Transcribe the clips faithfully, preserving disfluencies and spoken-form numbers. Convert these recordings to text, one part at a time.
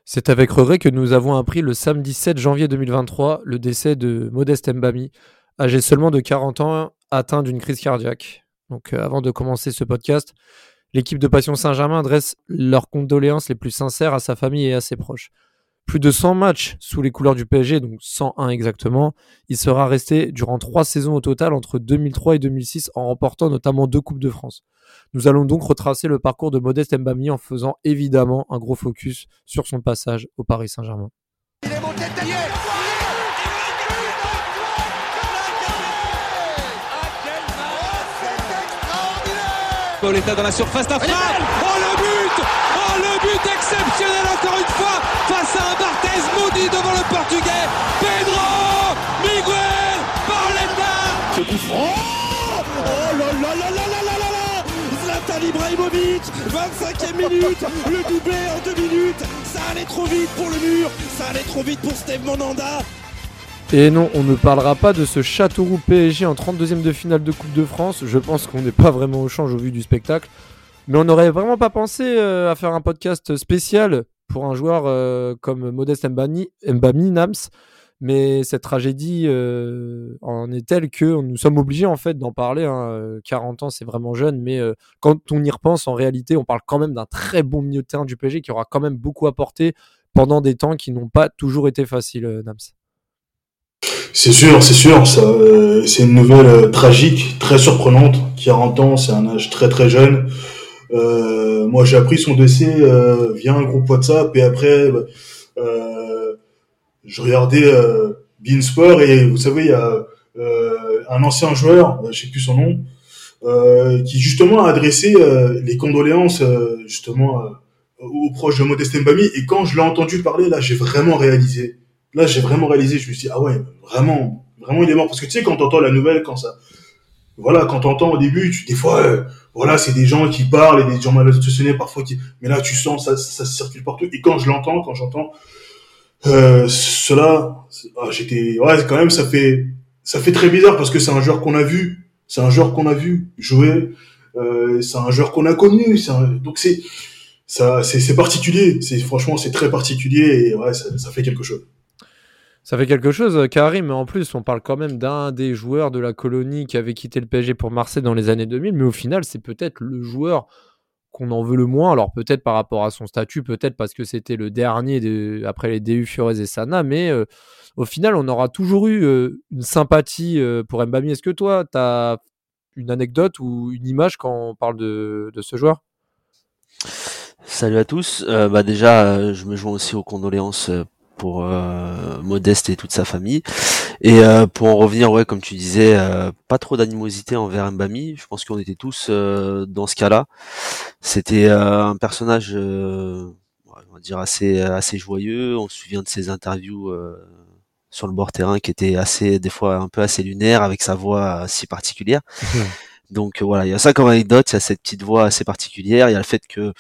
C'est avec regret que nous avons appris le samedi sept janvier deux mille vingt-trois le décès de Modeste Mbami, âgé seulement de quarante ans, atteint d'une crise cardiaque. Donc, euh, avant de commencer ce podcast, l'équipe de Passion Saint-Germain adresse leurs condoléances les plus sincères à sa famille et à ses proches. Plus de cent matchs sous les couleurs du P S G, donc cent un exactement. Il sera resté durant trois saisons au total entre deux mille trois et deux mille six en remportant notamment deux Coupes de France. Nous allons donc retracer le parcours de Modeste Mbami en faisant évidemment un gros focus sur son passage au Paris Saint-Germain. Il est monté de taillé. Pauletta dans la surface, la frappe. Oh le but. Oh le but exceptionnel encore une fois face à un Barthez maudit devant le Portugais. Pedro Miguel Pauletta. Ce coup franc. Oh là là là là là là là. Zlatan Ibrahimovic, vingt-cinquième minute, le doublé en deux minutes. Ça allait trop vite pour le mur, ça allait trop vite pour Steve Monanda. Et non, on ne parlera pas de ce Châteauroux P S G en trente-deuxième de finale de Coupe de France. Je pense qu'on n'est pas vraiment au change au vu du spectacle. Mais on n'aurait vraiment pas pensé euh, à faire un podcast spécial pour un joueur euh, comme Modeste Mbami, Mbami Nams. Mais cette tragédie euh, en est telle que nous sommes obligés en fait d'en parler. Hein. quarante ans, c'est vraiment jeune. Mais euh, quand on y repense, en réalité, on parle quand même d'un très bon milieu de terrain du P S G qui aura quand même beaucoup apporté pendant des temps qui n'ont pas toujours été faciles, euh, Nams. C'est sûr, c'est sûr, ça, euh, c'est une nouvelle euh, tragique, très surprenante. quarante ans, c'est un âge très très jeune. Euh, moi, j'ai appris son décès euh, via un groupe WhatsApp et après, euh, je regardais euh, Beansport et vous savez, il y a euh, un ancien joueur, je sais plus son nom, euh, qui justement a adressé euh, les condoléances euh, justement euh, aux proches de Modeste Mbami. Et quand je l'ai entendu parler, là, j'ai vraiment réalisé. Là, j'ai vraiment réalisé, je me suis dit, ah ouais, vraiment, vraiment, il est mort. Parce que tu sais, quand t'entends la nouvelle, quand ça, voilà, quand t'entends au début, tu, des fois, euh, voilà, c'est des gens qui parlent et des gens mal intentionnés parfois qui, mais là, tu sens, ça, ça, ça circule partout. Et quand je l'entends, quand j'entends, euh, cela, ah, j'étais, ouais, quand même, ça fait, ça fait très bizarre parce que c'est un joueur qu'on a vu, c'est un joueur qu'on a vu jouer, euh, c'est un joueur qu'on a connu, c'est un, donc c'est, ça, c'est, c'est particulier, c'est, franchement, c'est très particulier et ouais, ça, ça fait quelque chose. Ça fait quelque chose, Karim, mais en plus, on parle quand même d'un des joueurs de la colonie qui avait quitté le P S G pour Marseille dans les années deux mille, mais au final, c'est peut-être le joueur qu'on en veut le moins. Alors peut-être par rapport à son statut, peut-être parce que c'était le dernier de, après les D U Fiorez et Sana, mais euh, au final, on aura toujours eu euh, une sympathie euh, pour Mbami. Est-ce que toi, tu as une anecdote ou une image quand on parle de, de ce joueur ? Salut à tous. Euh, bah déjà, euh, je me joins aussi aux condoléances euh, pour euh, Modeste et toute sa famille. Et euh, pour en revenir, ouais, comme tu disais, euh, pas trop d'animosité envers Mbami. Je pense qu'on était tous euh, dans ce cas-là. C'était euh, un personnage, euh, on va dire assez assez joyeux. On se souvient de ses interviews euh, sur le bord terrain qui étaient assez, des fois un peu assez lunaires, avec sa voix si particulière. Mmh. Donc euh, voilà, il y a ça comme anecdote. Il y a cette petite voix assez particulière. Il y a le fait que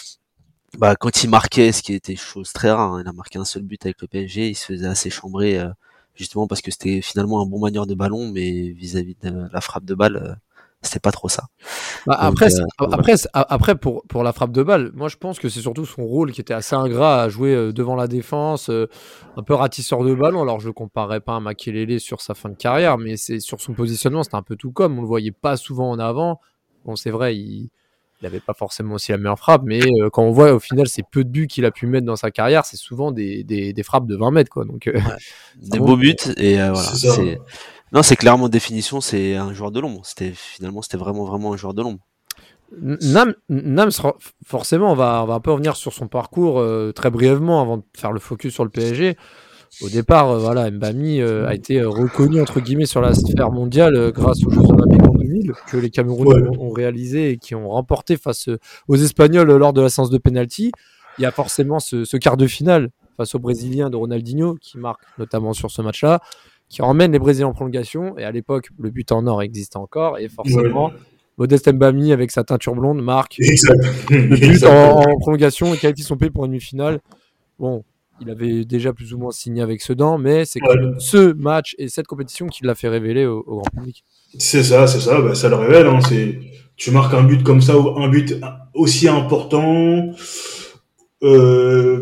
bah quand il marquait, ce qui était chose très rare, hein, il a marqué un seul but avec le P S G, il se faisait assez chambrer euh, justement parce que c'était finalement un bon manieur de ballon, mais vis-à-vis de la frappe de balle, euh, c'était pas trop ça. Bah, Donc, après, euh, après, voilà. après pour pour la frappe de balle, moi je pense que c'est surtout son rôle qui était assez ingrat à jouer euh, devant la défense, euh, un peu ratisseur de ballon. Alors je le comparais pas à Makelele sur sa fin de carrière, mais c'est sur son positionnement, c'était un peu tout comme, on le voyait pas souvent en avant. Bon, c'est vrai, il Il n'avait pas forcément aussi la meilleure frappe, mais euh, quand on voit au final ces peu de buts qu'il a pu mettre dans sa carrière, c'est souvent des, des, des frappes de vingt mètres. Quoi. Donc, euh, ouais. Des beaux buts. Et euh, voilà. C'est c'est... Non, c'est clairement définition, c'est un joueur de l'ombre. C'était, finalement, c'était vraiment, vraiment un joueur de l'ombre. Nam, Nam forcément, on va, on va un peu revenir sur son parcours euh, très brièvement avant de faire le focus sur le P S G. Au départ, euh, voilà, Mbami euh, a été euh, reconnu entre guillemets sur la sphère mondiale euh, grâce aux Jeux Olympiques en deux mille que les Camerounais ouais. ont, ont réalisé et qui ont remporté face euh, aux Espagnols euh, lors de la séance de penalty. Il y a forcément ce, ce quart de finale face aux Brésiliens de Ronaldinho qui marque notamment sur ce match-là, qui emmène les Brésiliens en prolongation. Et à l'époque, le but en or existait encore et forcément. Ouais. Modeste Mbami avec sa teinture blonde marque exact. le but en, en prolongation et qualifie son pays pour une demi-finale. Bon. Il avait déjà plus ou moins signé avec Sedan, mais c'est ouais. ce match et cette compétition qui l'a fait révéler au, au grand public. C'est ça, c'est ça, bah, ça le révèle. Hein. C'est... Tu marques un but comme ça, un but aussi important. Euh,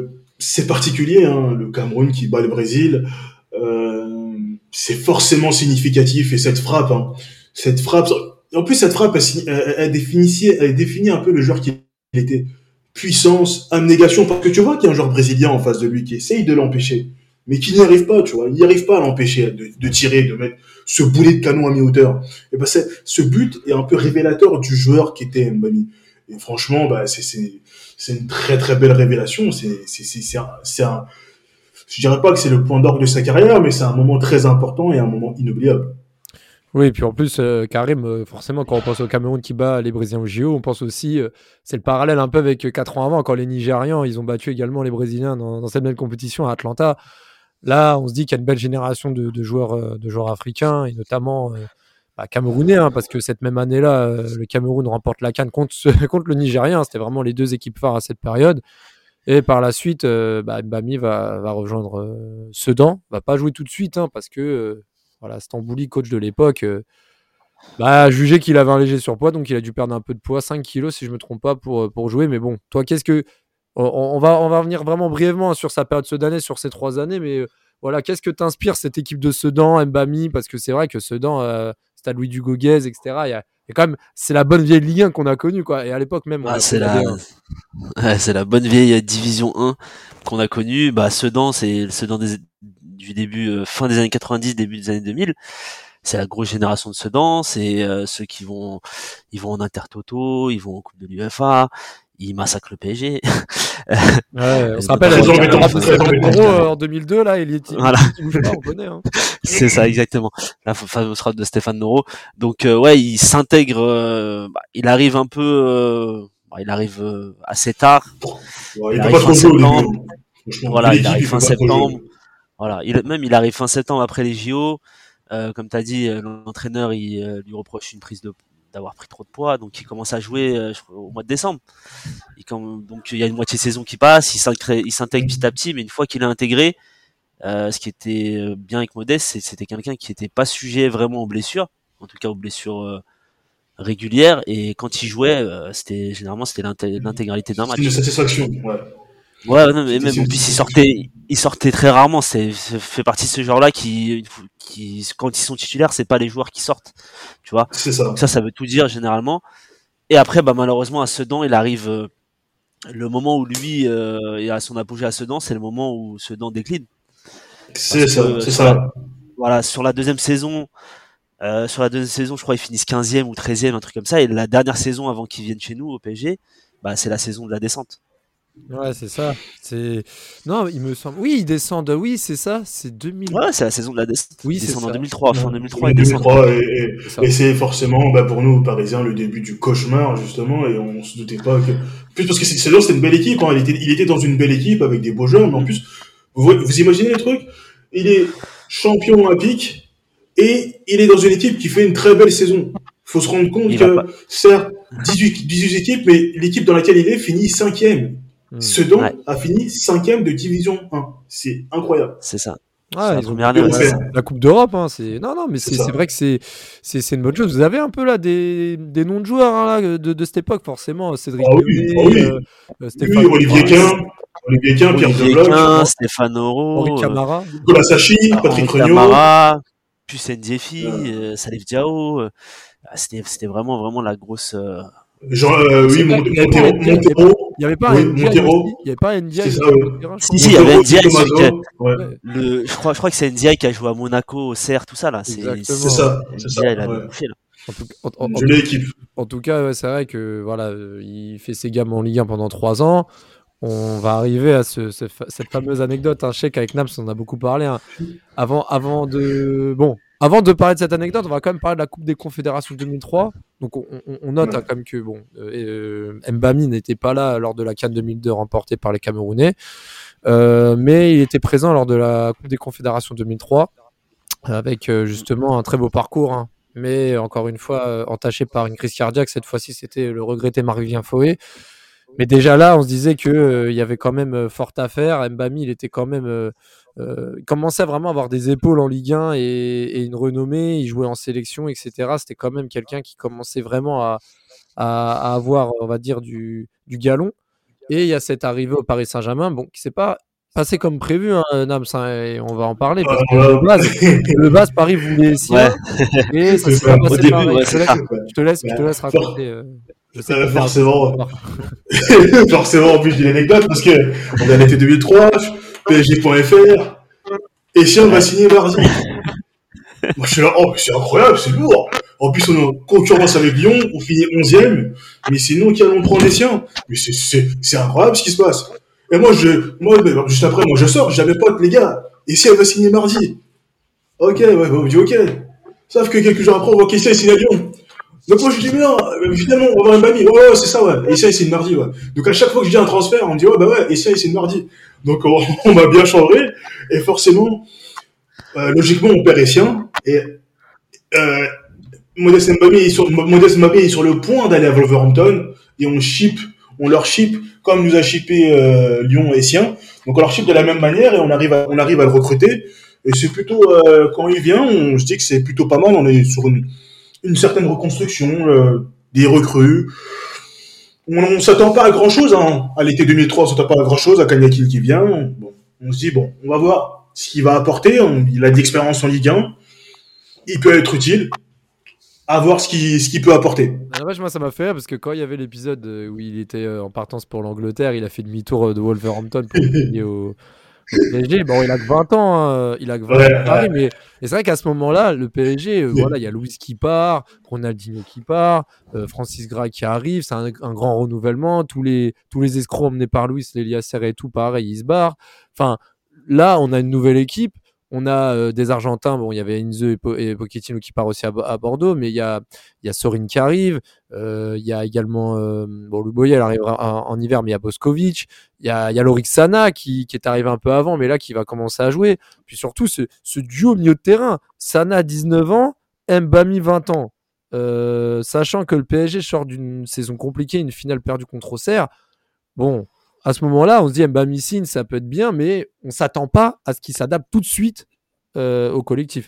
c'est particulier, hein, le Cameroun qui bat le Brésil. Euh, c'est forcément significatif et cette frappe, hein, cette frappe. En plus, cette frappe, elle, elle, elle, définit, elle définit un peu le joueur qu'il était. Puissance, abnégation, parce que tu vois qu'il y a un joueur brésilien en face de lui qui essaye de l'empêcher, mais qui n'y arrive pas, tu vois. Il n'y arrive pas à l'empêcher de, de tirer, de mettre ce boulet de canon à mi-hauteur. Et ben, c'est, ce but est un peu révélateur du joueur qui était Mbami. Et franchement, bah, c'est, c'est, c'est une très très belle révélation. C'est, c'est, c'est, c'est un, c'est un, je dirais pas que c'est le point d'orgue de sa carrière, mais c'est un moment très important et un moment inoubliable. Oui, et puis en plus, euh, Karim, euh, forcément, quand on pense au Cameroun qui bat les Brésiliens au J O, on pense aussi, euh, c'est le parallèle un peu avec quatre ans avant, quand les Nigérians, ils ont battu également les Brésiliens dans, dans cette même compétition à Atlanta. Là, on se dit qu'il y a une belle génération de, de joueurs, euh, de joueurs africains, et notamment euh, bah, camerounais, hein, parce que cette même année-là, euh, le Cameroun remporte la CAN contre, contre le Nigeria. Hein, c'était vraiment les deux équipes phares à cette période. Et par la suite, euh, bah, Mbami va, va rejoindre euh, Sedan. Va pas jouer tout de suite, hein, parce que... Euh, Voilà, Stambouli, coach de l'époque, euh, bah, a jugé qu'il avait un léger surpoids, donc il a dû perdre un peu de poids, cinq kilos si je ne me trompe pas, pour, pour jouer. Mais bon, toi, qu'est-ce que. On, on, va, on va revenir vraiment brièvement sur sa période sedanaise, sur ces trois années, mais euh, voilà, qu'est-ce que t'inspire cette équipe de Sedan, Mbami? Parce que c'est vrai que Sedan, euh, Stade Louis Dugauguez, et cetera, il y a, il y a quand même. C'est la bonne vieille Ligue un qu'on a connue, quoi. Et à l'époque même, on Ah, a c'est connu la, ouais, c'est la bonne vieille division un qu'on a connue. Bah, Sedan, c'est le Sedan des, du début, euh, fin des années quatre-vingt-dix, début des années deux mille. C'est la grosse génération de Sedan, c'est euh, ceux qui vont, ils vont en Intertoto, ils vont en Coupe de l'U F A, ils massacrent le P S G. Ouais, on se rappelle en deux mille deux, là, il était voilà. On connaît. Hein. C'est ça, exactement. La fameuse frappe de Stéphane Noro. Donc euh, ouais, il s'intègre, euh, bah, il arrive un peu, euh, bah, il arrive euh, assez tard. Ouais, il, il arrive fin septembre. Voilà, il arrive fin septembre. Voilà, il, même il arrive fin septembre après les J O. Euh, comme tu as dit, l'entraîneur il euh, lui reproche une prise de d'avoir pris trop de poids, donc il commence à jouer euh, au mois de décembre. Il, comme, donc il y a une moitié de saison qui passe, il s'intègre, il s'intègre petit à petit, mais une fois qu'il est intégré, euh, ce qui était bien avec Modeste, c'était quelqu'un qui était pas sujet vraiment aux blessures, en tout cas aux blessures euh, régulières, et quand il jouait, euh, c'était généralement c'était l'inté- l'intégralité d'un match. C'est une satisfaction, ouais. Ouais, non, mais même en plus il sortait, il sortait très rarement. C'est, c'est fait partie de ce genre-là qui, qui, quand ils sont titulaires, c'est pas les joueurs qui sortent, tu vois. C'est ça. Donc ça, ça veut tout dire généralement. Et après, bah malheureusement à Sedan, il arrive euh, le moment où lui euh, est à son apogée à Sedan, c'est le moment où Sedan décline. C'est ça, que, c'est ça. La, voilà, sur la deuxième saison, euh, sur la deuxième saison, je crois ils finissent quinzième ou treizième, un truc comme ça. Et la dernière saison avant qu'ils viennent chez nous au P S G, bah c'est la saison de la descente. Ouais, c'est ça. C'est non, il me semble. Oui, ils descendent. Oui, c'est ça. C'est deux mille. Ouais, c'est la saison de la descente. Oui, ils c'est descendent ça. en deux mille trois, fin deux mille trois. deux mille trois et, et, c'est et c'est forcément, bah, pour nous Parisiens, le début du cauchemar justement. Et on se doutait pas que. Plus parce que c'est, c'est là, c'était une belle équipe. Hein. Il était, il était dans une belle équipe avec des beaux joueurs, mais en plus, vous, vous imaginez le truc. Il est champion olympique et il est dans une équipe qui fait une très belle saison. Faut se rendre compte il que certes dix-huit, dix-huit équipes, mais l'équipe dans laquelle il est finit cinquième. Mmh. Sedan ouais. a fini cinquième de division un. C'est incroyable. C'est ça. Ouais, ils ont la, ouais, la Coupe d'Europe. Hein, c'est... Non, non, mais c'est, c'est, c'est vrai que c'est, c'est, c'est une bonne chose. Vous avez un peu là des, des noms de joueurs hein, là, de, de cette époque, forcément. Cédric ah, oui, Péné, ah, oui. Euh, Stéphane oui, Olivier Quin, Olivier Quin, Pierre Debloc, Stéphane Noro, Henri Camara, Nicolas Sachi, Patrick Regnault, Camara, Hussein Diefi, euh, Salif Diao. Euh, c'était, c'était vraiment, vraiment la grosse. Euh... Genre, euh, oui, Montero. Il n'y avait pas un Montero. Il n'y avait pas un Ndiaye. Si, si, il y avait Ndiaye. Ouais. Le, je crois, je crois que c'est Ndiaye qui a joué à Monaco, au C R, tout ça, là. C'est, c'est ça. C'est ça. Ndiaye, ouais. Bouffé, là. En tout, en, en, en, tout, en tout cas, ouais, c'est vrai que voilà, il fait ses gammes en Ligue un pendant trois ans. On va arriver à ce, ce, cette fameuse anecdote. Hein. Je sais qu'avec Naps, on en a beaucoup parlé. Hein. Avant, avant de, bon, avant de parler de cette anecdote, on va quand même parler de la Coupe des Confédérations deux mille trois. Donc, on, on, on note ouais. hein, quand même que bon, euh, Mbami n'était pas là lors de la CAN deux mille deux remportée par les Camerounais, euh, mais il était présent lors de la Coupe des Confédérations deux mille trois avec euh, justement un très beau parcours. Hein. Mais encore une fois, euh, entaché par une crise cardiaque. Cette fois-ci, c'était le regretté Marc-Vivien Foé. Mais déjà là, on se disait qu'il euh, y avait quand même euh, fort à faire. Mbami, il était quand même, euh, euh, il commençait vraiment à avoir des épaules en Ligue un et, et une renommée. Il jouait en sélection, et cetera. C'était quand même quelqu'un qui commençait vraiment à, à, à avoir, on va dire, du, du galon. Et il y a cette arrivée au Paris Saint-Germain, bon, qui s'est pas passé comme prévu, hein, Nams, hein, et on va en parler. Parce que Euh, le base, le base Paris voulait Essien, Ouais. et ça C'est s'est ça. pas Au passé début, pareil. ouais, Je te c'est laisse, ça. je te laisse, je te Ouais. laisse raconter. euh, Je sais Euh, que t'as forcément. raconté. Forcément, en plus, j'ai l'anecdote parce que on est à l'été deux mille trois, P S G point F R, Essien va Ouais. signer mardi. Moi, je suis là, oh, c'est incroyable, c'est lourd. En plus, on est en concurrence avec Lyon, on finit onzième, mais c'est nous qui allons prendre Essien. Mais c'est, c'est, c'est incroyable ce qui se passe. Et moi, je, moi, ben, juste après, moi, je sors, j'ai mes potes, les gars, Essien va signer mardi. Ok, ouais, on dit ok. Sauf que quelques jours après, on voit qu'Essien il signe à Lyon. Donc moi, je dis, mais non, euh, finalement, on va avoir un Mbami. Ouais, ouais, c'est ça, ouais. Essien il signe mardi, ouais. Donc à chaque fois que je dis un transfert, on me dit, ouais, bah ouais, Essien il signe mardi. Donc on, on m'a bien changé, et forcément, euh, logiquement, on perd Essien, et euh, Modeste Mbami est sur, Modeste Mbami est sur le point d'aller à Wolverhampton et on ship, on leur ship comme nous a shippé euh, Lyon et Sien. Donc on leur ship de la même manière et on arrive à, on arrive à le recruter. Et c'est plutôt euh, quand il vient, on, je dis que c'est plutôt pas mal. On est sur une, une certaine reconstruction, euh, des recrues. On, on s'attend pas à grand chose. Hein. À l'été deux mille trois, on s'attend pas à grand chose. À Kanyakil qui vient, bon, on se dit bon, on va voir ce qu'il va apporter. On, il a de l'expérience en Ligue un. Il peut être utile. À voir ce qu'il ce qu'il peut apporter. À la vache, moi, ça m'a fait rire parce que quand il y avait l'épisode euh, où il était euh, en partance pour l'Angleterre, il a fait demi-tour euh, de Wolverhampton pour signer au, au P S G. Bon, il a que vingt ans, hein, il a que vingt Ouais, ans, Paris, ouais. mais et c'est vrai qu'à ce moment-là, le P S G, euh, voilà, il y a Luis qui part, Ronaldinho qui part, euh, Francis Gras qui arrive, c'est un, un grand renouvellement. Tous les tous les escrocs emmenés par Luis, les Liacer et tout, pareil, ils se barrent. Enfin, là, on a une nouvelle équipe. On a euh, des Argentins, bon, il y avait Inze et, po- et Pochettino qui part aussi à, à Bordeaux, mais il y a, il y a Sorin qui arrive, euh, il y a également, euh, bon, Luboya, elle arrivera en, en hiver, mais il y a Boskovic, il y a, il y a Lorik Sana qui, qui est arrivé un peu avant, mais là qui va commencer à jouer. Puis surtout, ce, ce duo milieu de terrain, Sana dix-neuf ans, Mbami vingt ans. Euh, sachant que le P S G sort d'une saison compliquée, une finale perdue contre Auxerre, bon, à ce moment-là, on se dit Mbami signe, ça peut être bien, mais on s'attend pas à ce qu'il s'adapte tout de suite euh, au collectif.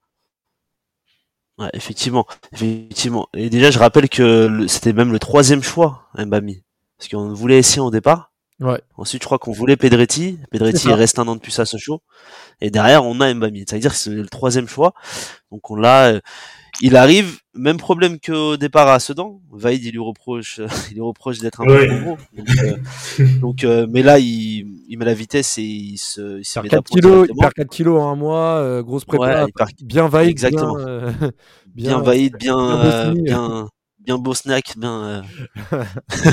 Ouais, effectivement, effectivement. Et déjà, je rappelle que le- c'était même le troisième choix, Mbami, parce qu'on voulait Essien au départ. Ouais. Ensuite, je crois qu'on voulait Pedretti. Pedretti il reste un an de plus à Sochaux. Et derrière, on a Mbami. Ça veut dire que c'est le troisième choix. Donc on l'a. euh, Il arrive, même problème qu'au départ à Sedan. Vaïd, il lui reproche, il lui reproche d'être un Ouais. peu trop gros. Donc, euh, donc euh, mais là, il, il met la vitesse et il se, il se Il met perd quatre d'aplomb kilos, il directement. perd quatre kilos en un mois, euh, grosse prépa, Ouais, il perd- bien vaillé, exactement. bien, euh, Bien bien, Vaïd, bien, bien euh, Bosnie. bien, bien Bosnac, bien. euh,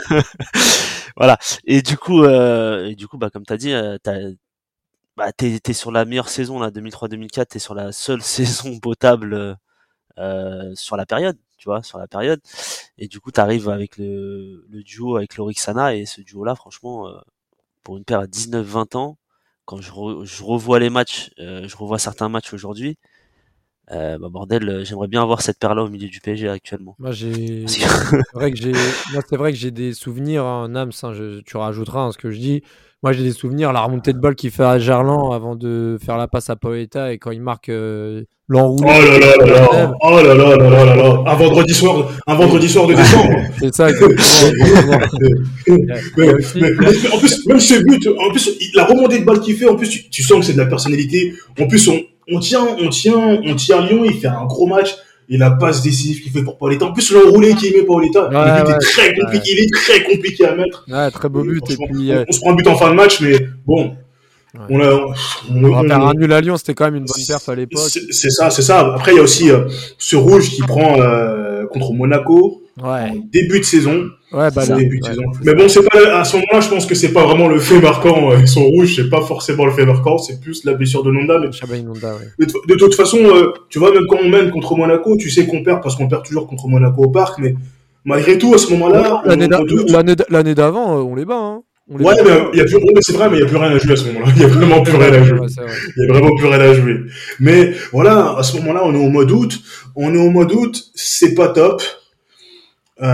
Voilà. Et du coup, euh, et du coup, bah comme t'as dit, euh, t'as, bah t'es, t'es sur la meilleure saison là, deux mille trois deux mille quatre. T'es sur la seule saison potable euh, euh, sur la période, tu vois, sur la période. Et du coup, t'arrives avec le, le duo avec Lorik Sana et ce duo-là, franchement, euh, pour une paire à dix-neuf vingt ans, quand je, re- je revois les matchs, euh, je revois certains matchs aujourd'hui. Euh, bah bordel, euh, j'aimerais bien avoir cette paire-là au milieu du P S G actuellement. Moi, j'ai, Parce c'est que- vrai que j'ai, moi, c'est vrai que j'ai des souvenirs, hein, Nams, hein, je- tu rajouteras hein, ce que je dis. Moi, j'ai des souvenirs, la remontée de balle qu'il fait à Gerland avant de faire la passe à Paoletta et quand il marque euh, Oh l'enroulé. là là là là, Même. oh là là là là là là, un vendredi soir, un vendredi soir de décembre. C'est ça, exactement. exactement. mais, Il y a aussi- mais- mais en plus, même ce but, en plus, la remontée de balle qu'il fait, en plus, tu, tu sens que c'est de la personnalité. En plus, on, on tient, on tient, on tient Lyon, il fait un gros match. Et la passe décisive qu'il fait pour Paoletta. En plus, l'enroulé qu'il met Paoletta, Ouais, le but ouais, est très compliqué, il est très compliqué à mettre. Ouais, très beau Et but. Et franchement, puis, on, euh, on se prend un but en fin de match, mais bon, Ouais. on a, on, on va on- faire un nul à Lyon, c'était quand même une bonne perf à l'époque. c'est c'est ça, c'est ça. Après, il y a aussi euh, ce rouge qui prend euh, contre Monaco en Ouais, début de saison. ouais, bah C'est le- début de ouais, saison. c'est Mais ça. bon, c'est pas à ce moment-là, je pense que c'est pas vraiment le fait marquant. euh, Son rouge, c'est pas forcément le fait marquant, c'est plus la blessure de Nonda. Mais Chabat Inonda, ouais. de, de toute façon, euh, tu vois, même quand on mène contre Monaco, tu sais qu'on perd parce qu'on perd toujours contre Monaco au parc. Mais malgré tout, à ce moment-là, on, L'année d'a- on doute. l'année d'a- l'année d'avant, euh, on les bat. Hein. On les Ouais, bat. mais il y a plus, ouais, mais c'est vrai, mais il y a plus rien à jouer à ce moment-là. Il y a vraiment plus rien à jouer. Ouais, c'est vrai. Il y a vraiment plus rien à jouer. Mais voilà, à ce moment-là, on est au mois d'août. On est au mois d'août, c'est pas top.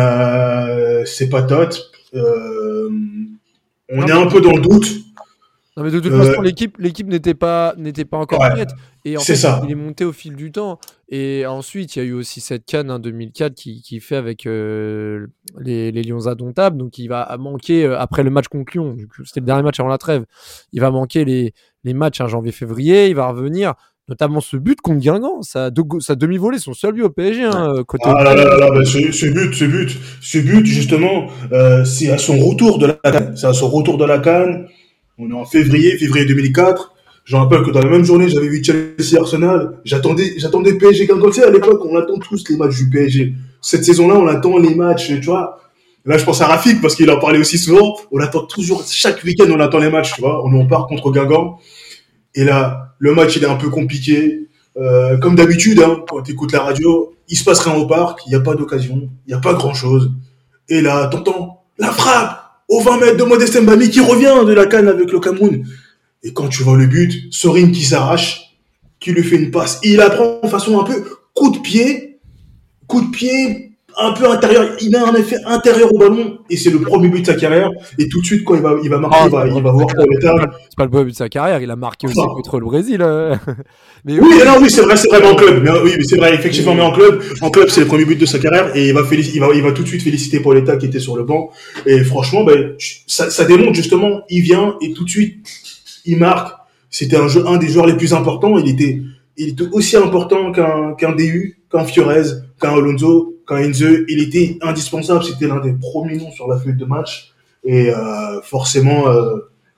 Euh, c'est pas top. Euh, on Non, est mais- un peu dans le doute. Non mais de toute Euh, façon l'équipe l'équipe n'était pas n'était pas encore ouais, prête et en c'est fait ça. il est monté au fil du temps et ensuite il y a eu aussi cette CAN en deux mille quatre qui qui fait avec euh, les les Lions indomptables donc il va manquer euh, après le match contre Lyon, c'était le dernier match avant la trêve. Il va manquer les les matchs en janvier-février, il va revenir notamment ce but contre Guingamp, sa, sa demi-volée, son seul but au P S G hein, côté Ah là là là là, bah, ce, ce but, ce but, ce but justement, euh, c'est à son retour de la CAN. C'est à son retour de la CAN. On est en février, février deux mille quatre. Je rappelle que dans la même journée, j'avais vu Chelsea Arsenal. J'attendais, j'attendais P S G Guingamp. Tu sais, à l'époque, on attend tous les matchs du P S G. Cette saison-là, on attend les matchs, tu vois. Là, je pense à Rafik parce qu'il en parlait aussi souvent. On attend toujours, chaque week-end, on attend les matchs, tu vois. On en part contre Guingamp. Et là, le match, il est un peu compliqué. Euh, comme d'habitude, hein, quand tu écoutes la radio, il se passe rien au parc, il n'y a pas d'occasion, il n'y a pas grand-chose. Et là, t'entends la frappe aux vingt mètres de Modeste Mbami qui revient de la CAN avec le Cameroun. Et quand tu vois le but, Sorin qui s'arrache, qui lui fait une passe, il la prend de façon un peu coup de pied, coup de pied un peu intérieur, il met un effet intérieur au ballon et c'est le premier but de sa carrière. Et tout de suite, quand il va, il va marquer, oh, il va, il va voir pour l'état. C'est pas le premier but de sa carrière, il a marqué aussi oh. contre le Brésil. Euh. Mais oui, oui, non, oui, c'est vrai, c'est vrai, mais en club. Mais, oui, mais c'est vrai, effectivement, mais en club, en club, c'est le premier but de sa carrière et il va, félic- il va, il va tout de suite féliciter Paul Eta qui était sur le banc. Et franchement, ben, ça, ça démontre justement, il vient et tout de suite, il marque. C'était un jeu, un des joueurs les plus importants. Il était, il était aussi important qu'un, qu'un D U, qu'un Fiorez, qu'un Alonso, qu'un Enze. Il était indispensable. C'était l'un des premiers noms sur la feuille de match. Et euh, forcément, euh,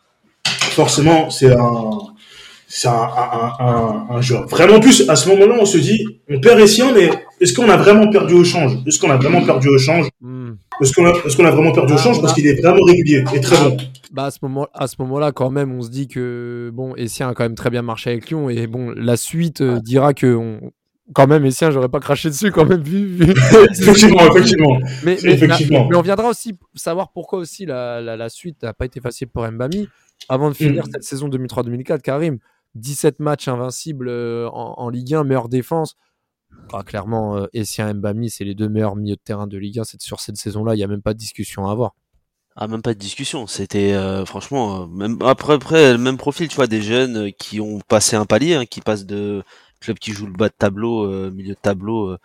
forcément, c'est un, c'est un, un, un, un joueur. Vraiment plus, à ce moment-là, on se dit, on perd Essien, mais est-ce qu'on a vraiment perdu au change? Est-ce qu'on a vraiment perdu au change? mm. Est-ce qu'on a, est-ce qu'on a vraiment perdu au change? Parce qu'il est vraiment régulier et très bon. Bah à ce moment, à ce moment-là, quand même, on se dit que bon, Essien a quand même très bien marché avec Lyon et bon, la suite euh, dira que on, quand même, Essien, j'aurais pas craché dessus quand même vu. vu... effectivement, effectivement. Mais, mais, effectivement. Mais, mais on viendra aussi savoir pourquoi aussi la, la, la suite n'a pas été facile pour Mbami avant de finir mm. cette saison deux mille trois deux mille quatre. Karim, dix-sept matchs invincibles en, en Ligue un, meilleure défense. Ah, clairement, euh, Essien et Mbami, c'est les deux meilleurs milieux de terrain de Ligue un. C'est, sur cette saison-là, il n'y a même pas de discussion à avoir. Ah, même pas de discussion. C'était euh, franchement, euh, même après, après le même profil, tu vois, des jeunes qui ont passé un palier, hein, qui passent de club qui joue le bas de tableau, euh, milieu de tableau,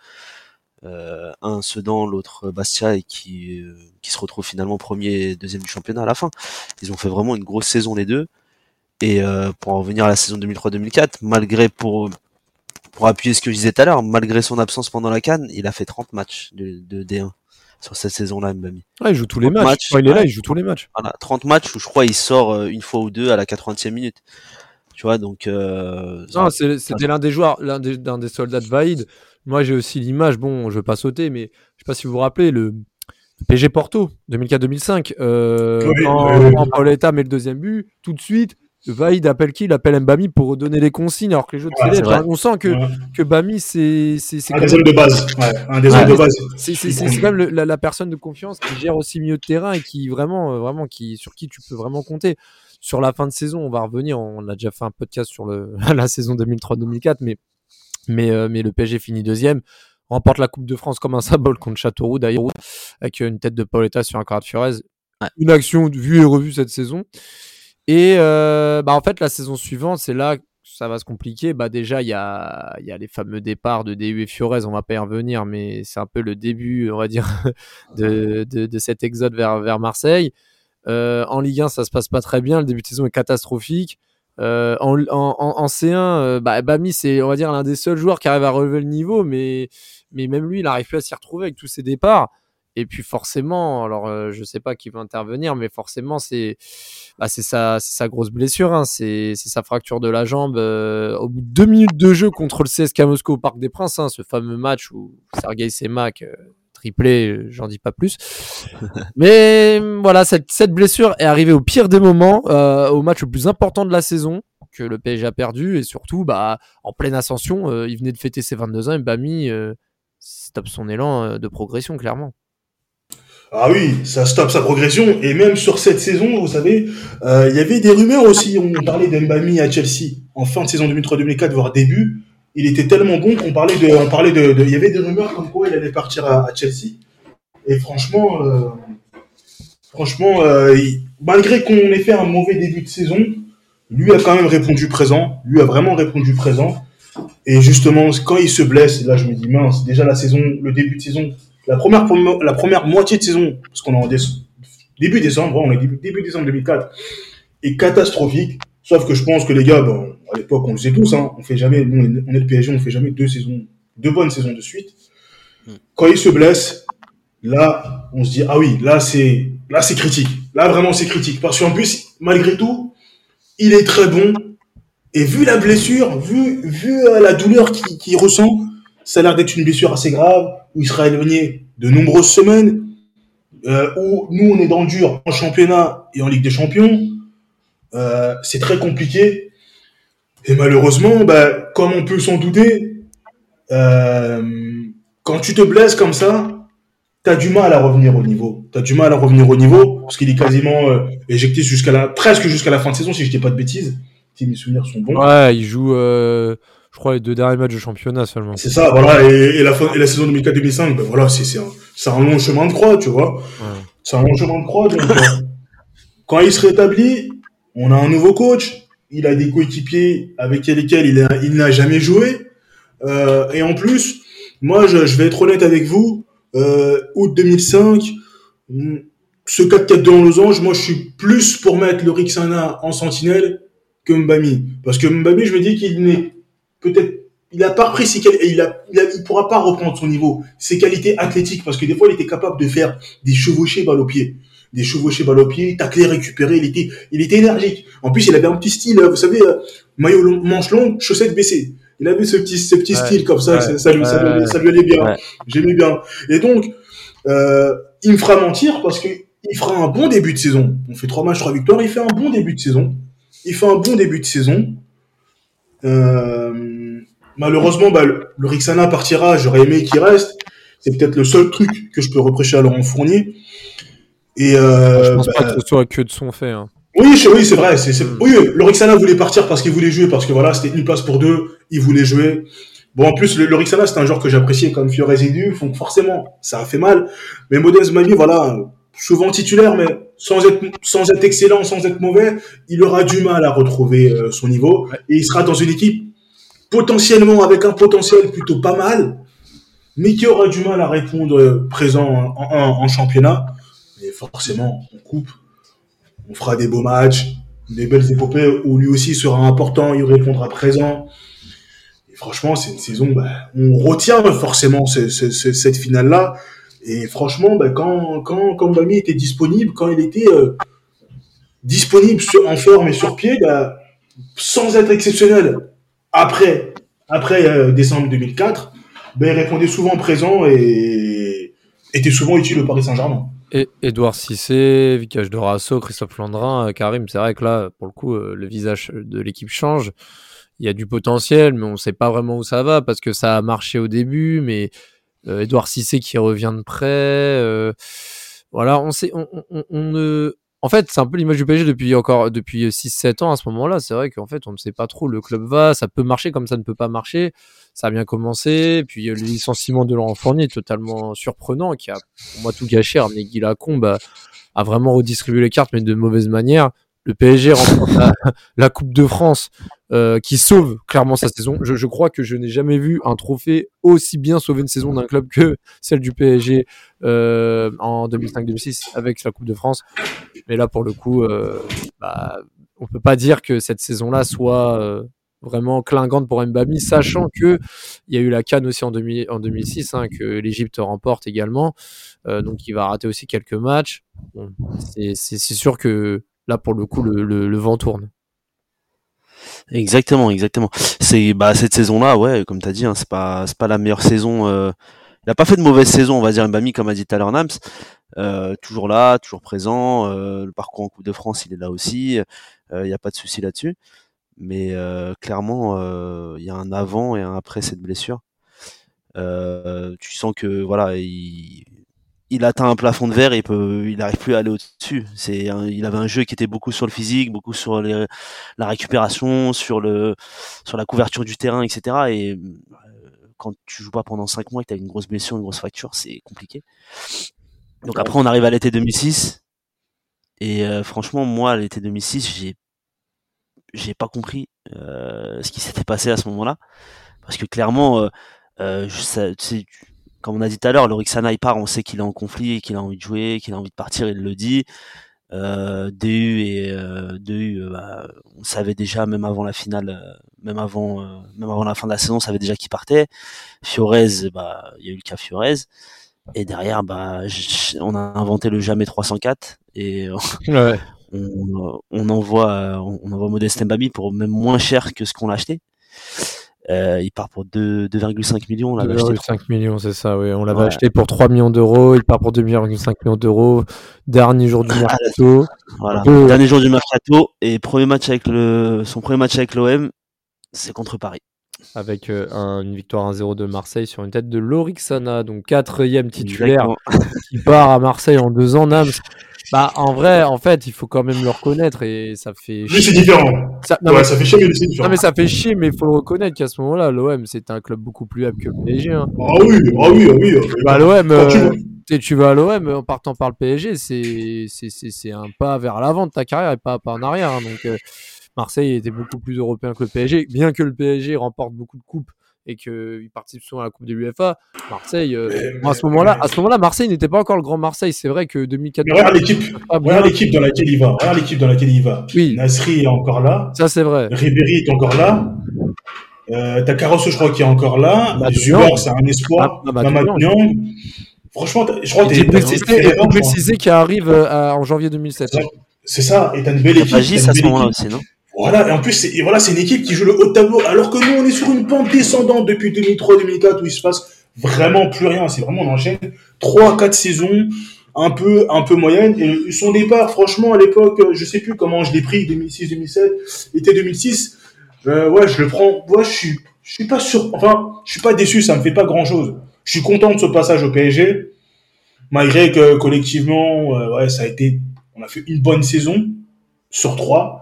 euh, un Sedan, l'autre Bastia, et qui euh, qui se retrouvent finalement premier et deuxième du championnat à la fin. Ils ont fait vraiment une grosse saison les deux. Et euh, pour en revenir à la saison deux mille trois deux mille quatre, malgré pour pour appuyer ce que je disais tout à l'heure, malgré son absence pendant la CAN, il a fait trente matchs de, de D un. Sur cette saison-là, Mbami. Ouais, il joue tous les matchs. matchs. Quand il est là, il joue tous les matchs. Voilà, trente matchs où je crois il sort une fois ou deux à la quatre-vingtième minute. Tu vois, donc. Euh, non, c'est, c'était l'un des joueurs, l'un des, l'un des soldats de Vaïd. Moi, j'ai aussi l'image. Bon, je veux pas sauter, mais je sais pas si vous vous rappelez le P S G Porto deux mille quatre deux mille cinq. Euh, oui, quand, oui, oui. quand Pauletta met le deuxième but, tout de suite. Vaïd appelle qui? Il appelle Mbami pour donner les consignes alors que les jeux de ouais, célèbres. On sent que, ouais. que Bami, c'est, c'est, c'est un des hommes de base. Ouais, un des hommes de base. C'est, c'est, c'est, c'est quand même le, la, la personne de confiance qui gère aussi milieu de terrain et qui vraiment, vraiment, qui, sur qui tu peux vraiment compter. Sur la fin de saison, on va revenir. On a déjà fait un podcast sur le, la saison deux mille trois deux mille quatre, mais, mais, euh, mais le P S G finit deuxième. Remporte la Coupe de France comme un symbole contre Châteauroux d'ailleurs, avec une tête de Pauletta sur un quart de Fiorez. Ouais. Une action vue et revue cette saison. Et euh, bah en fait, la saison suivante, c'est là que ça va se compliquer. Bah déjà, il y a, y a les fameux départs de D U et Fiorez, on va pas y revenir, mais c'est un peu le début, on va dire, de, de, de cet exode vers, vers Marseille. Euh, en Ligue un, ça se passe pas très bien, le début de saison est catastrophique. Euh, en, en, en C un, euh, bah, Bami, c'est, on va dire, l'un des seuls joueurs qui arrive à relever le niveau, mais, mais même lui, il n'arrive plus à s'y retrouver avec tous ses départs. Et puis forcément, alors euh, je sais pas qui va intervenir, mais forcément c'est, bah, c'est sa, c'est sa grosse blessure, hein, c'est, c'est sa fracture de la jambe euh, au bout de deux minutes de jeu contre le C S K A Moscou au Parc des Princes, hein, ce fameux match où Sergueï Semak euh, triplé, j'en dis pas plus. Mais voilà, cette, cette blessure est arrivée au pire des moments, euh, au match le plus important de la saison que le P S G a perdu et surtout bah en pleine ascension, euh, il venait de fêter ses vingt-deux ans et Bami euh, stoppe son élan euh, de progression clairement. Ah oui, ça stoppe sa progression. Et même sur cette saison, vous savez, euh, il y avait des rumeurs aussi. On parlait d'Mbami à Chelsea en fin de saison deux mille trois deux mille quatre, voire début. Il était tellement bon qu'on parlait de, on parlait de, de, il y avait des rumeurs comme quoi il allait partir à, à Chelsea. Et franchement, euh, franchement, euh, il, malgré qu'on ait fait un mauvais début de saison, lui a quand même répondu présent, lui a vraiment répondu présent. Et justement, quand il se blesse, là je me dis mince, déjà la saison, le début de saison, la première, la première moitié de saison, parce qu'on est en déce- début décembre, on est début, début décembre deux mille quatre, est catastrophique. Sauf que je pense que les gars, bon, à l'époque on le sait tous, hein, on fait jamais, nous, on est le P S G, on fait jamais deux saisons, deux bonnes saisons de suite. Quand il se blesse, là, on se dit ah oui, là c'est, là c'est critique, là vraiment c'est critique, parce qu'en plus, malgré tout, il est très bon. Et vu la blessure, vu, vu euh, la douleur qu'il, qu'il ressent, ça a l'air d'être une blessure assez grave, où il sera éloigné de nombreuses semaines, euh, où nous on est dans le dur en championnat et en Ligue des Champions. Euh, c'est très compliqué. Et malheureusement, bah, comme on peut s'en douter, euh, quand tu te blesses comme ça, t'as du mal à revenir au niveau. T'as du mal à revenir au niveau, parce qu'il est quasiment euh, éjecté jusqu'à la, presque jusqu'à la fin de saison, si je dis pas de bêtises. Si mes souvenirs sont bons. Ouais, il joue, euh, je crois, les deux derniers matchs de championnat seulement. C'est ça, voilà. Et, et, la, fin, et la saison deux mille quatre deux mille cinq, ben voilà, c'est, c'est, un, c'est un long chemin de croix, tu vois. Ouais. C'est un long chemin de croix. Donc, euh, quand il se rétablit, on a un nouveau coach. Il a des coéquipiers avec lesquels il, a, il n'a jamais joué. Euh, et en plus, moi, je, je vais être honnête avec vous. Euh, août deux mille cinq, ce quatre quatre deux en losange, moi, je suis plus pour mettre le Rixana en sentinelle que Mbami. Parce que Mbami, je me dis qu'il n'est peut-être, il a pas repris ses qualités, il a, il a, il pourra pas reprendre son niveau, ses qualités athlétiques, parce que des fois, il était capable de faire des chevauchés balles au pied. Des chevauchés balles au pied, tacler, récupérer, il était, il était énergique. En plus, il avait un petit style, vous savez, maillot long, manche longue, chaussettes baissées. Il avait ce petit, ce petit ouais, style comme ça, ouais, ça, ça, lui, ouais, ça, lui, ça lui allait bien. Ouais. J'aimais bien. Et donc, euh, il me fera mentir parce que il fera un bon début de saison. On fait trois matchs, trois victoires, il fait un bon début de saison. Il fait un bon début de saison. Euh, malheureusement, bah, le, le Rixana partira. J'aurais aimé qu'il reste. C'est peut-être le seul truc que je peux reprocher à Laurent Fournier. Et euh, je pense bah, pas que ce soit que de son fait. Hein. Oui, je, oui, c'est vrai. C'est, c'est, oui, le Rixana voulait partir parce qu'il voulait jouer, parce que voilà, c'était une place pour deux. Il voulait jouer. Bon, en plus, le, le Rixana, c'est un joueur que j'appréciais comme Fiorez et Du, donc forcément, ça a fait mal. Mais Modeste Mami, voilà, souvent titulaire, mais sans être, sans être excellent, sans être mauvais, il aura du mal à retrouver euh, son niveau. Et il sera dans une équipe potentiellement, avec un potentiel plutôt pas mal, mais qui aura du mal à répondre euh, présent en, en, en championnat. Et forcément, on coupe. On fera des beaux matchs, des belles épopées où lui aussi sera important, il répondra présent. Et franchement, c'est une saison, bah, on retient forcément ce, ce, ce, cette finale-là. Et franchement, bah, quand, quand, quand Mbami était disponible, quand il était euh, disponible sur, en forme et sur pied, bah, sans être exceptionnel, après, après euh, décembre deux mille quatre, bah, il répondait souvent présent et était souvent utile au Paris Saint-Germain. Et Edouard Cissé, Vicage Dorasso, Christophe Landrin, euh, Karim, c'est vrai que là, pour le coup, euh, le visage de l'équipe change. Il y a du potentiel, mais on ne sait pas vraiment où ça va parce que ça a marché au début. Mais euh, Edouard Cissé qui revient de près, euh, voilà, on sait, on, on, on ne. En fait, c'est un peu l'image du P S G depuis encore depuis six sept ans à ce moment-là. C'est vrai qu'en fait, on ne sait pas trop où le club va. Ça peut marcher comme ça ne peut pas marcher. Ça a bien commencé. Puis le licenciement de Laurent Fournier est totalement surprenant, qui a pour moi tout gâché, ramené Guy Lacombe à, à vraiment redistribuer les cartes, mais de mauvaise manière. Le P S G remporte la, la Coupe de France, euh, qui sauve clairement sa saison. Je, je crois que je n'ai jamais vu un trophée aussi bien sauver une saison d'un club que celle du P S G euh, en deux mille cinq deux mille six avec la Coupe de France. Mais là, pour le coup, euh, bah, on peut pas dire que cette saison-là soit euh, vraiment clingante pour Mbami, sachant que il y a eu la CAN aussi en, deux mille, en deux mille six, hein, que l'Égypte remporte également. Euh, donc, il va rater aussi quelques matchs. Bon, c'est, c'est, c'est sûr que là, pour le coup, le, le, le vent tourne. Exactement, exactement. C'est bah cette saison-là, ouais, comme t'as dit, hein, c'est pas c'est pas la meilleure saison. Euh, il a pas fait de mauvaise saison, on va dire. Mbami, comme a dit tout à l'heure Nams, euh, toujours là, toujours présent. Euh, le parcours en Coupe de France, il est là aussi. Il euh, y a pas de souci là-dessus. Mais euh, clairement, il euh, y a un avant et un après cette blessure. Euh, tu sens que voilà, il il atteint un plafond de verre et il peut, il n'arrive plus à aller au-dessus. C'est, un, il avait un jeu qui était beaucoup sur le physique, beaucoup sur les, la récupération, sur le, sur la couverture du terrain, et cetera. Et euh, quand tu joues pas pendant cinq mois et que t'as une grosse blessure, une grosse fracture, c'est compliqué. Donc après, on arrive à l'été deux mille six. Et euh, franchement, moi, à l'été deux mille six, j'ai, j'ai pas compris euh, ce qui s'était passé à ce moment-là, parce que clairement, euh, euh, je sais, tu sais, comme on a dit tout à l'heure, Lorixana il part, on sait qu'il est en conflit, qu'il a envie de jouer, qu'il a envie de partir, il le dit. Euh, D U et euh, D U, euh, bah, on savait déjà même avant la finale, euh, même avant, euh, même avant la fin de la saison, on savait déjà qu'il partait. Fiorez, bah, il y a eu le cas Fiorez. Et derrière, bah, j- on a inventé le jamais trois cent quatre et Ouais. on, on envoie, on envoie Modeste Mbami pour même moins cher que ce qu'on l'a acheté. Euh, il part pour deux virgule cinq millions, on l'avait acheté deux virgule cinq millions, c'est ça, oui. On l'avait Ouais. acheté pour trois millions d'euros, il part pour deux virgule cinq millions d'euros. Dernier jour du mercato. Voilà. Peu- Dernier jour du mercato et premier match avec le, son premier match avec l'O M, c'est contre Paris. Avec euh, un- une victoire un zéro de Marseille sur une tête de Lorixana, donc quatrième titulaire Exactement. qui part à Marseille en deux ans. Nams, bah en vrai, en fait, il faut quand même le reconnaître et ça fait Lui, c'est chier. différent. Ça, non, Ouais, mais, ça fait chier, mais lui, c'est différent. non, mais ça fait chier, mais il faut le reconnaître qu'à ce moment-là, l'O M c'était un club beaucoup plus âpre que le P S G. Hein. Ah oui, ah oui, ah oui. Bah, l'O M, Quand tu euh, vois- tu sais, tu vas à l'O M en partant par le P S G, c'est c'est c'est c'est un pas vers l'avant de ta carrière et pas un pas en arrière. Hein. Donc euh, Marseille était beaucoup plus européen que le P S G, bien que le P S G remporte beaucoup de coupes et qu'il participe souvent à la Coupe de l'UEFA. Marseille, euh, Mais- bon, à ce moment-là, à ce moment-là, Marseille n'était pas encore le grand Marseille. C'est vrai que deux mille quatre. Mais regarde l'équipe, pas bien. regarde l'équipe dans laquelle il va. Regarde l'équipe dans laquelle il va. Oui. Nasri est encore là. Ça c'est vrai. Ribéry est encore là. Euh, t'as Carosso, je crois, qui est encore là. Mamadou Zubar, Niang. c'est un espoir. Ma- Mamadou Mamadou Niang. Niang. Franchement, t'as- je crois que t'as- Djibril t'as Cissé, Ferreira, et Djibril je crois. Cissé qui arrive euh, à- en janvier deux mille sept. C'est ça. Et t'as une belle équipe. Bagis t'as une à ce belle moment-là équipe. aussi, non? Voilà, et en plus, c'est, et voilà, c'est une équipe qui joue le haut de tableau, alors que nous, on est sur une pente descendante depuis deux mille trois deux mille quatre où il se passe vraiment plus rien. C'est vraiment, on enchaîne trois quatre saisons, un peu, un peu moyennes. Et son départ, franchement, à l'époque, euh, je sais plus comment je l'ai pris, deux mille six deux mille sept, été deux mille six, euh, ouais, je le prends, ouais, je suis, je suis pas sûr, enfin, je suis pas déçu, ça me fait pas grand chose. Je suis content de ce passage au P S G, malgré que, collectivement, euh, ouais, ça a été, on a fait une bonne saison sur trois.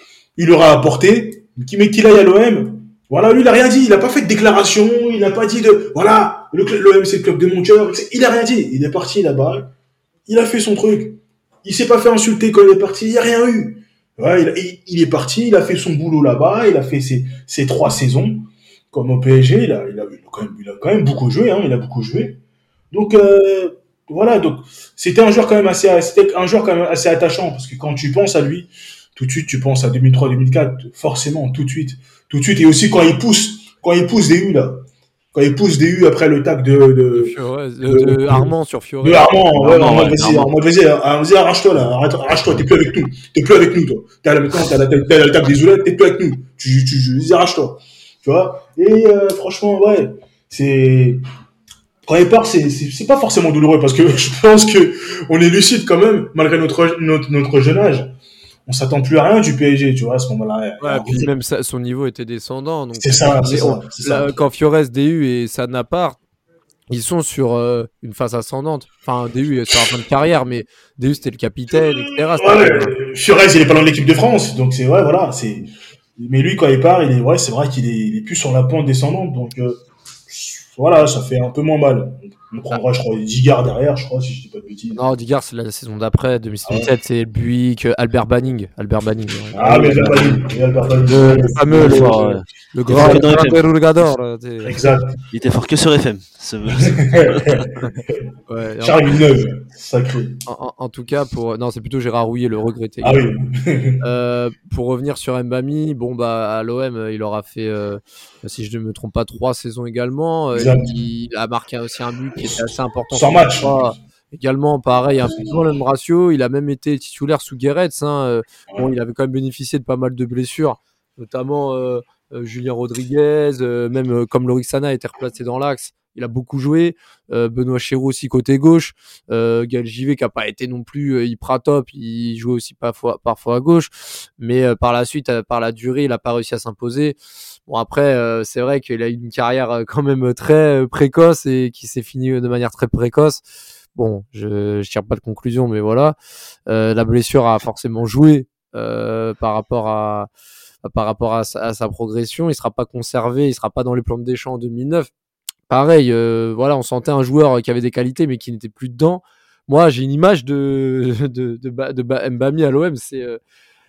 Il aura apporté, mais qu'il aille à l'O M. Voilà, lui, il a rien dit. Il a pas fait de déclaration. Il n'a pas dit de, voilà, le club- l'O M, c'est le club de mon cœur. Il a rien dit. Il est parti là-bas. Il a fait son truc. Il s'est pas fait insulter quand il est parti. Il n'y a rien eu. Ouais, il, il- il est parti. Il a fait son boulot là-bas. Il a fait ses, ses trois saisons. Comme au P S G, il a, il a, il a quand même, il a quand même beaucoup joué, hein. Il a beaucoup joué. Donc, euh, voilà. Donc, c'était un joueur quand même assez, c'était un joueur quand même assez attachant parce que quand tu penses à lui, tout de suite, tu penses à deux mille trois deux mille quatre, forcément, tout de suite. Tout de suite. Et aussi, quand il pousse, quand il pousse des U, là. Quand il pousse des U après le tac de, De, de, Fiorez, de, de Armand sur Fiorez. de Armand, ouais, Armand, en mode, ouais, vas-y, Armand. en mode, vas-y, hein, vas-y, arrache-toi, là. Arrête- Arrache-toi, t'es plus avec nous. T'es plus avec nous, toi. T'es à la, maintenant, t'as la, t'as la table des oulettes, t'es plus avec nous. Tu, tu, tu, vas-y, arrache-toi. Tu vois? Et, euh, franchement, ouais, c'est, quand il part, c'est, c'est, c'est pas forcément douloureux parce que je pense que on est lucide quand même, malgré notre, notre, notre jeune âge. On s'attend plus à rien du P S G, tu vois, à ce moment-là. Ouais, puis même ça, son niveau était descendant. Donc C'est ça, c'est Mais ça, on- c'est ça. là, quand Fiorez, D U et Sana partent, ils sont sur euh, une phase ascendante. Enfin, D U est sur la fin de carrière, mais D U c'était le capitaine, et cetera. C'était- Ouais, euh, Fiorez, il est pas dans l'équipe de France, donc c'est, ouais, voilà, c'est, mais lui, quand il part, il est, ouais, c'est vrai qu'il est, il est plus sur la pente descendante, donc, euh, voilà, ça fait un peu moins mal. On prendra, je crois, Digard derrière, je crois, si je dis pas de bêtises. Non, Digard, c'est la saison d'après, deux mille dix-sept, c'est Buick, Albert Banning. Albert Banning. ouais. Ah, mais Albert Banning, mais Albert Banning. Le, le fameux, le, Fort, ouais. le Il grand était fort dans F M. Rugador. là, tu sais. Exact. Il était fort que sur F M. Ce- Ouais, Charles Villeneuve, sacré. en, en- en tout cas, pour non, c'est plutôt Gérard Rouillet, le regretté. Ah oui. Euh, pour revenir sur Mbami, bon bah à l'O M, il aura fait, euh, si je ne me trompe pas, trois saisons également. Euh, Exact. il a marqué aussi un but qui était assez important. Sans sur les match. trois. Également, pareil, un peu le même ratio. Il a même été titulaire sous Guéretz. Hein. Euh, Bon, il avait quand même bénéficié de pas mal de blessures, notamment euh, euh, Julien Rodriguez, euh, même euh, comme Lorixana a été replacé dans l'axe. Il a beaucoup joué. Euh, Benoît Chéroux aussi côté gauche. Euh, Gaël Givet qui a pas été non plus euh, hyper top. Il jouait aussi parfois, parfois à gauche. Mais euh, par la suite, euh, par la durée, il a pas réussi à s'imposer. Bon après, euh, c'est vrai qu'il a eu une carrière euh, quand même très euh, précoce et qui s'est finie de manière très précoce. Bon, je, je tire pas de conclusion, mais voilà. Euh, la blessure a forcément joué euh, par rapport à par rapport à sa, à sa progression. Il sera pas conservé, il sera pas dans les plans de Deschamps en deux mille neuf. Pareil, euh, voilà, on sentait un joueur qui avait des qualités mais qui n'était plus dedans. Moi, j'ai une image de de de, Ba- de Ba- Mbami à l'O M, c'est euh,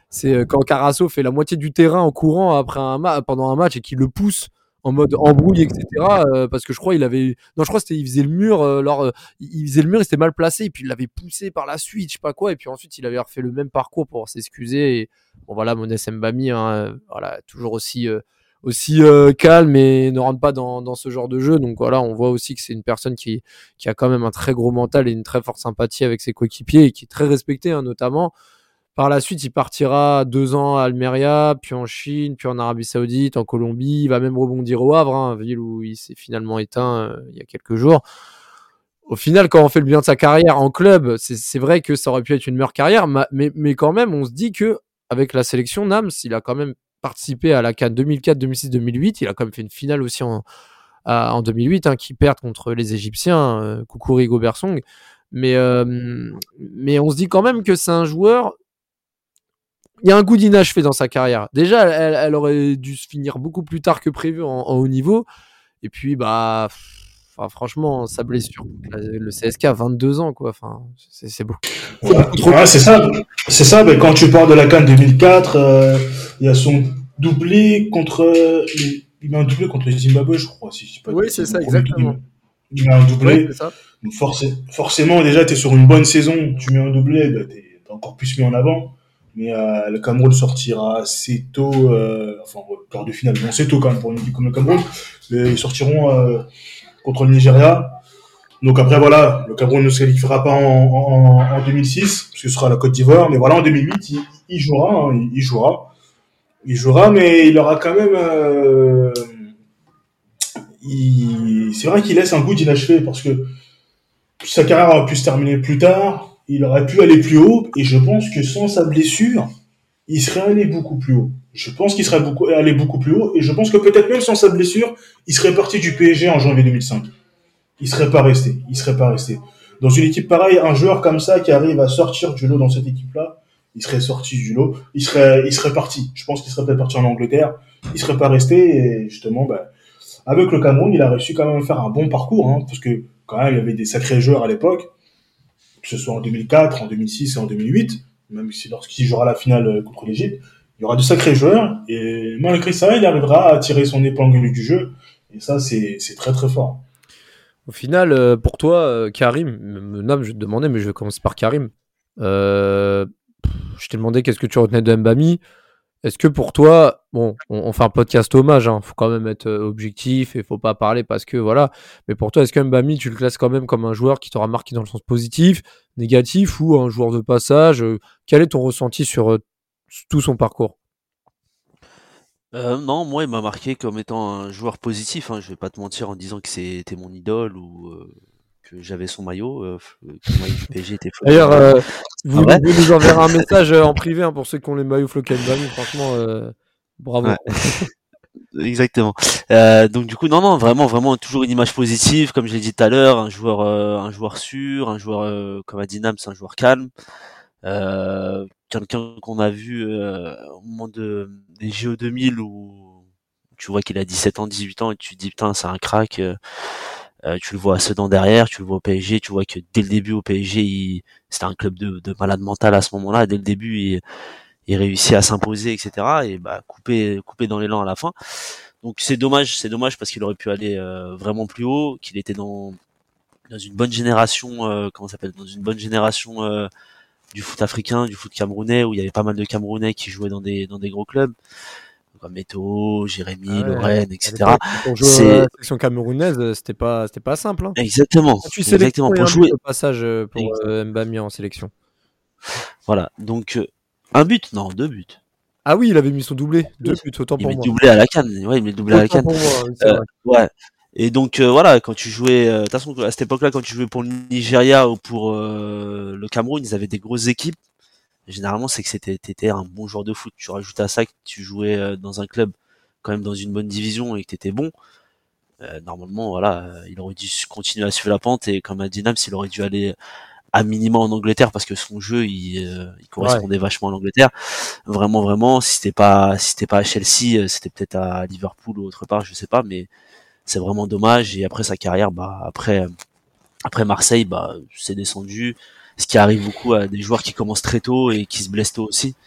c'est quand Carasso fait la moitié du terrain en courant après un ma- pendant un match et qu'il le pousse en mode embrouille, et cetera. Euh, parce que je crois il avait, non, je crois que c'était il faisait le mur, euh, lors, euh, il faisait le mur, il s'était mal placé et puis il l'avait poussé par la suite, je sais pas quoi, et puis ensuite il avait refait le même parcours pour s'excuser. Et bon voilà, Monès Mbami, hein, euh, voilà, toujours aussi euh, aussi euh, calme et ne rentre pas dans, dans ce genre de jeu. Donc voilà, on voit aussi que c'est une personne qui qui a quand même un très gros mental et une très forte sympathie avec ses coéquipiers et qui est très respecté, hein, notamment. Par la suite, il partira deux ans à Almeria, puis en Chine, puis en Arabie Saoudite, en Colombie. Il va même rebondir au Havre, hein, ville où il s'est finalement éteint euh, il y a quelques jours. Au final, quand on fait le bilan de sa carrière en club, c'est, c'est vrai que ça aurait pu être une meilleure carrière, mais, mais quand même, on se dit que avec la sélection Nams, il a quand même participé à la CAN deux mille quatre, deux mille six, deux mille huit. Il a quand même fait une finale aussi en, à, en deux mille huit, hein, qui perdent contre les Égyptiens, euh, Koukouri, Gobersong. Mais, euh, mais on se dit quand même que c'est un joueur. Il y a un goût d'inachevé dans sa carrière. Déjà, elle, elle aurait dû se finir beaucoup plus tard que prévu en, en haut niveau. Et puis, bah, enfin, franchement, sa blessure, le C S K a vingt-deux ans, quoi. Enfin, c'est, c'est beau. Ouais, ouais, c'est ça. C'est ça. Mais quand tu parles de la CAN deux mille quatre, euh, il y a son doublé contre. Il met un doublé contre le Zimbabwe, je crois. Si je dis pas de Oui, bêtises. c'est ça, Le premier, exactement. Il met un doublé. Oui, c'est ça. Donc forc- forcément, déjà, tu es sur une bonne saison. Tu mets un doublé, bah, t'es, t'es encore plus mis en avant. Mais euh, le Cameroun sortira assez tôt, euh, enfin, quart de finale, bon, c'est tôt quand même pour une équipe comme le Cameroun, mais ils sortiront euh, contre le Nigeria. Donc après, voilà, le Cameroun ne se qualifiera pas en, en, en deux mille six, parce que ce sera la Côte d'Ivoire, mais voilà, en deux mille huit, il, il jouera, hein, il, il jouera. Il jouera, mais il aura quand même... Euh, il, c'est vrai qu'il laisse un goût d'inachevé, parce que sa carrière aurait pu se terminer plus tard, il aurait pu aller plus haut, et je pense que sans sa blessure, il serait allé beaucoup plus haut. Je pense qu'il serait beaucoup, allé beaucoup plus haut, et je pense que peut-être même sans sa blessure, il serait parti du P S G en janvier deux mille cinq. Il serait pas resté. Il serait pas resté. Dans une équipe pareille, un joueur comme ça qui arrive à sortir du lot dans cette équipe-là, il serait sorti du lot. Il serait, il serait parti. Je pense qu'il serait peut-être parti en Angleterre. Il serait pas resté, et justement, bah, avec le Cameroun, il a réussi quand même à faire un bon parcours, hein, parce que quand même, il y avait des sacrés joueurs à l'époque, que ce soit en deux mille quatre, en deux mille six et en deux mille huit, même si lorsqu'il jouera la finale contre l'Égypte, il y aura de sacrés joueurs, et malgré ça, il arrivera à tirer son épingle du jeu, et ça, c'est, c'est très très fort. Au final, euh, pour toi, euh, Karim, Nam, je vais te demander, mais je vais commencer par Karim. Euh, pff, je t'ai demandé qu'est-ce que tu retenais de Mbami. Est-ce que pour toi, bon, on, on fait un podcast hommage, hein, faut quand même être euh, objectif et faut pas parler parce que voilà. Mais pour toi, est-ce que Mbami, tu le classes quand même comme un joueur qui t'aura marqué dans le sens positif, négatif ou un joueur de passage? euh, Quel est ton ressenti sur euh, tout son parcours? Euh, non, moi, il m'a marqué comme étant un joueur positif. Hein. Je vais pas te mentir en disant que c'était mon idole ou euh, que j'avais son maillot. Euh, que le maillot du P S G était flotté. D'ailleurs, euh, vous, Ah ouais vous nous enverrez un message euh, en privé, hein, pour ceux qui ont les maillots Floquet Mbami. Franchement, euh, bravo. Ouais. Exactement. Euh, donc du coup, non, non, vraiment, vraiment, toujours une image positive, comme je l'ai dit tout à l'heure, un joueur, euh, un joueur sûr, un joueur euh, comme a dit Nam, c'est un joueur calme, euh, quelqu'un qu'on a vu euh, au moment de des J O deux mille où tu vois qu'il a dix-sept ans, dix-huit ans et tu te dis putain, c'est un crack. Euh, euh, tu le vois à Sedan derrière, tu le vois au P S G, tu vois que dès le début au P S G, il, c'était un club de, de malade mental à ce moment-là. Dès le début, il, il réussit à s'imposer, et cetera. Et bah couper, couper dans l'élan à la fin. Donc c'est dommage, c'est dommage parce qu'il aurait pu aller euh, vraiment plus haut, qu'il était dans dans une bonne génération, euh, comment ça s'appelle, dans une bonne génération euh, du foot africain, du foot camerounais, où il y avait pas mal de Camerounais qui jouaient dans des dans des gros clubs, comme Eto'o, Jérémy, Ah ouais, Lorraine, et cetera. Pour jouer C'est à la sélection camerounaise, c'était pas, c'était pas simple. Hein. exactement, Tu exactement pour un jouer. but de passage pour euh, Mbami en sélection. Voilà, donc euh, un but, non, deux buts. Ah oui, il avait mis son doublé, deux buts, autant Il pour met moi. doublé à la CAN, ouais, il met doublé à la CAN. Autant pour moi, oui, c'est Euh, vrai. ouais. Et donc euh, voilà, quand tu jouais, euh, de toute façon à cette époque-là, quand tu jouais pour le Nigeria ou pour euh, le Cameroun, ils avaient des grosses équipes. Et généralement, c'est que c'était t'étais un bon joueur de foot. Tu rajoutes à ça que tu jouais euh, dans un club quand même dans une bonne division et que t'étais bon. Euh, normalement, voilà, euh, il aurait dû continuer à suivre la pente et comme a dit Nams, il aurait dû aller à minima en Angleterre parce que son jeu, il, euh, il correspondait ouais. vachement à l'Angleterre. Vraiment, vraiment, si c'était pas, si c'était pas à Chelsea, c'était peut-être à Liverpool ou autre part, je sais pas, mais c'est vraiment dommage. Et après sa carrière, bah après après Marseille, bah c'est descendu. Ce qui arrive beaucoup à des joueurs qui commencent très tôt et qui se blessent tôt aussi.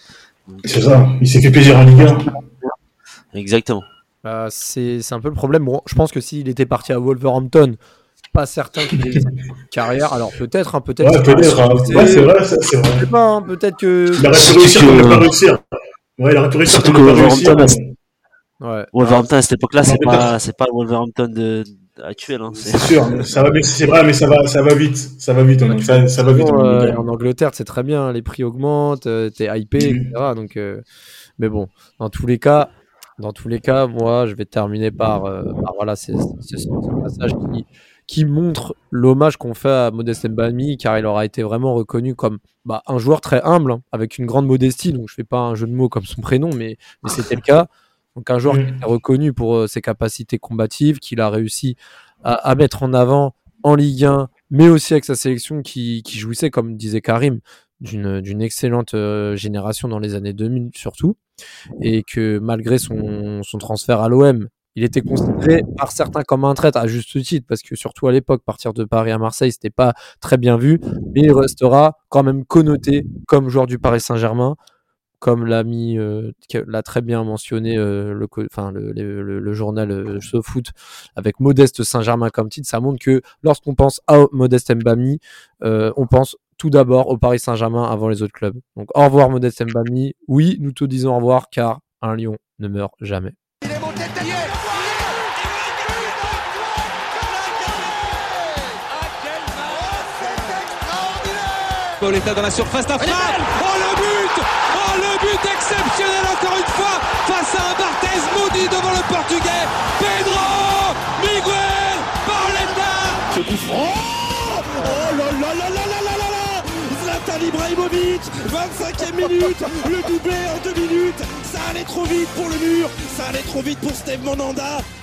C'est ça, il s'est fait plaisir en Ligue un. Exactement. Euh, c'est c'est un peu le problème. Bon, je pense que s'il était parti à Wolverhampton, pas certain qu'il ait une carrière. Alors peut-être, hein, peut-être. Ouais, peut-être. Hein. Ouais, c'est vrai, ça, c'est vrai. Je sais pas, hein, peut-être que. Il aurait pu réussir, comme il pas réussir. Ouais, il aurait pu réussir, Surtout comme que il pas réussir. Wolverhampton, Ouais. Wolverhampton à cette époque-là, c'est Non, pas, c'est pas le Wolverhampton de, actuel. Hein, c'est... C'est sûr, mais ça va, mais c'est vrai, mais ça va, ça va vite, ça va vite, donc ça, ça va vite. Bon, en, euh, Ligue un. en Angleterre, c'est très bien, les prix augmentent, euh, t'es hypé, Mhm. et cetera. Donc, euh, mais bon, dans tous les cas, dans tous les cas, moi, je vais terminer par, euh, par voilà, c'est c'est- ce passage qui, qui montre l'hommage qu'on fait à Modeste Mbami, car il aura été vraiment reconnu comme bah, un joueur très humble, hein, avec une grande modestie. Donc, je fais pas un jeu de mots comme son prénom, mais, mais c'était le cas. Donc, un joueur qui Mhm. était reconnu pour euh, ses capacités combatives, qu'il a réussi à, à mettre en avant en Ligue un, mais aussi avec sa sélection qui, qui jouissait, comme disait Karim, d'une d'une excellente euh, génération dans les années deux mille surtout, et que malgré son, son transfert à l'O M, il était considéré par certains comme un traître, à juste titre, parce que surtout à l'époque, partir de Paris à Marseille, c'était pas très bien vu, mais il restera quand même connoté comme joueur du Paris Saint-Germain, comme l'a mis, euh, que- l'a très bien mentionné euh, le, co- enfin, le, le, le- le journal euh, SoFoot avec Modeste Saint-Germain comme titre. Ça montre que lorsqu'on pense à Modeste Mbami, euh, on pense tout d'abord au Paris Saint-Germain avant les autres clubs. Donc au revoir Modeste Mbami. Oui, nous te disons au revoir car un lion ne meurt jamais. Pauletta dans la surface d'affaire. Oh le but! Oh le but exceptionnel encore une fois face à un Barthez maudit devant le Portugais. Pedro Miguel Pauletta. Ce coup franc. Oh là là là là là là là là. Zlatan Ibrahimovic, vingt-cinquième minute, le doublé en deux minutes. Ça allait trop vite pour le mur, ça allait trop vite pour Steve Mandanda.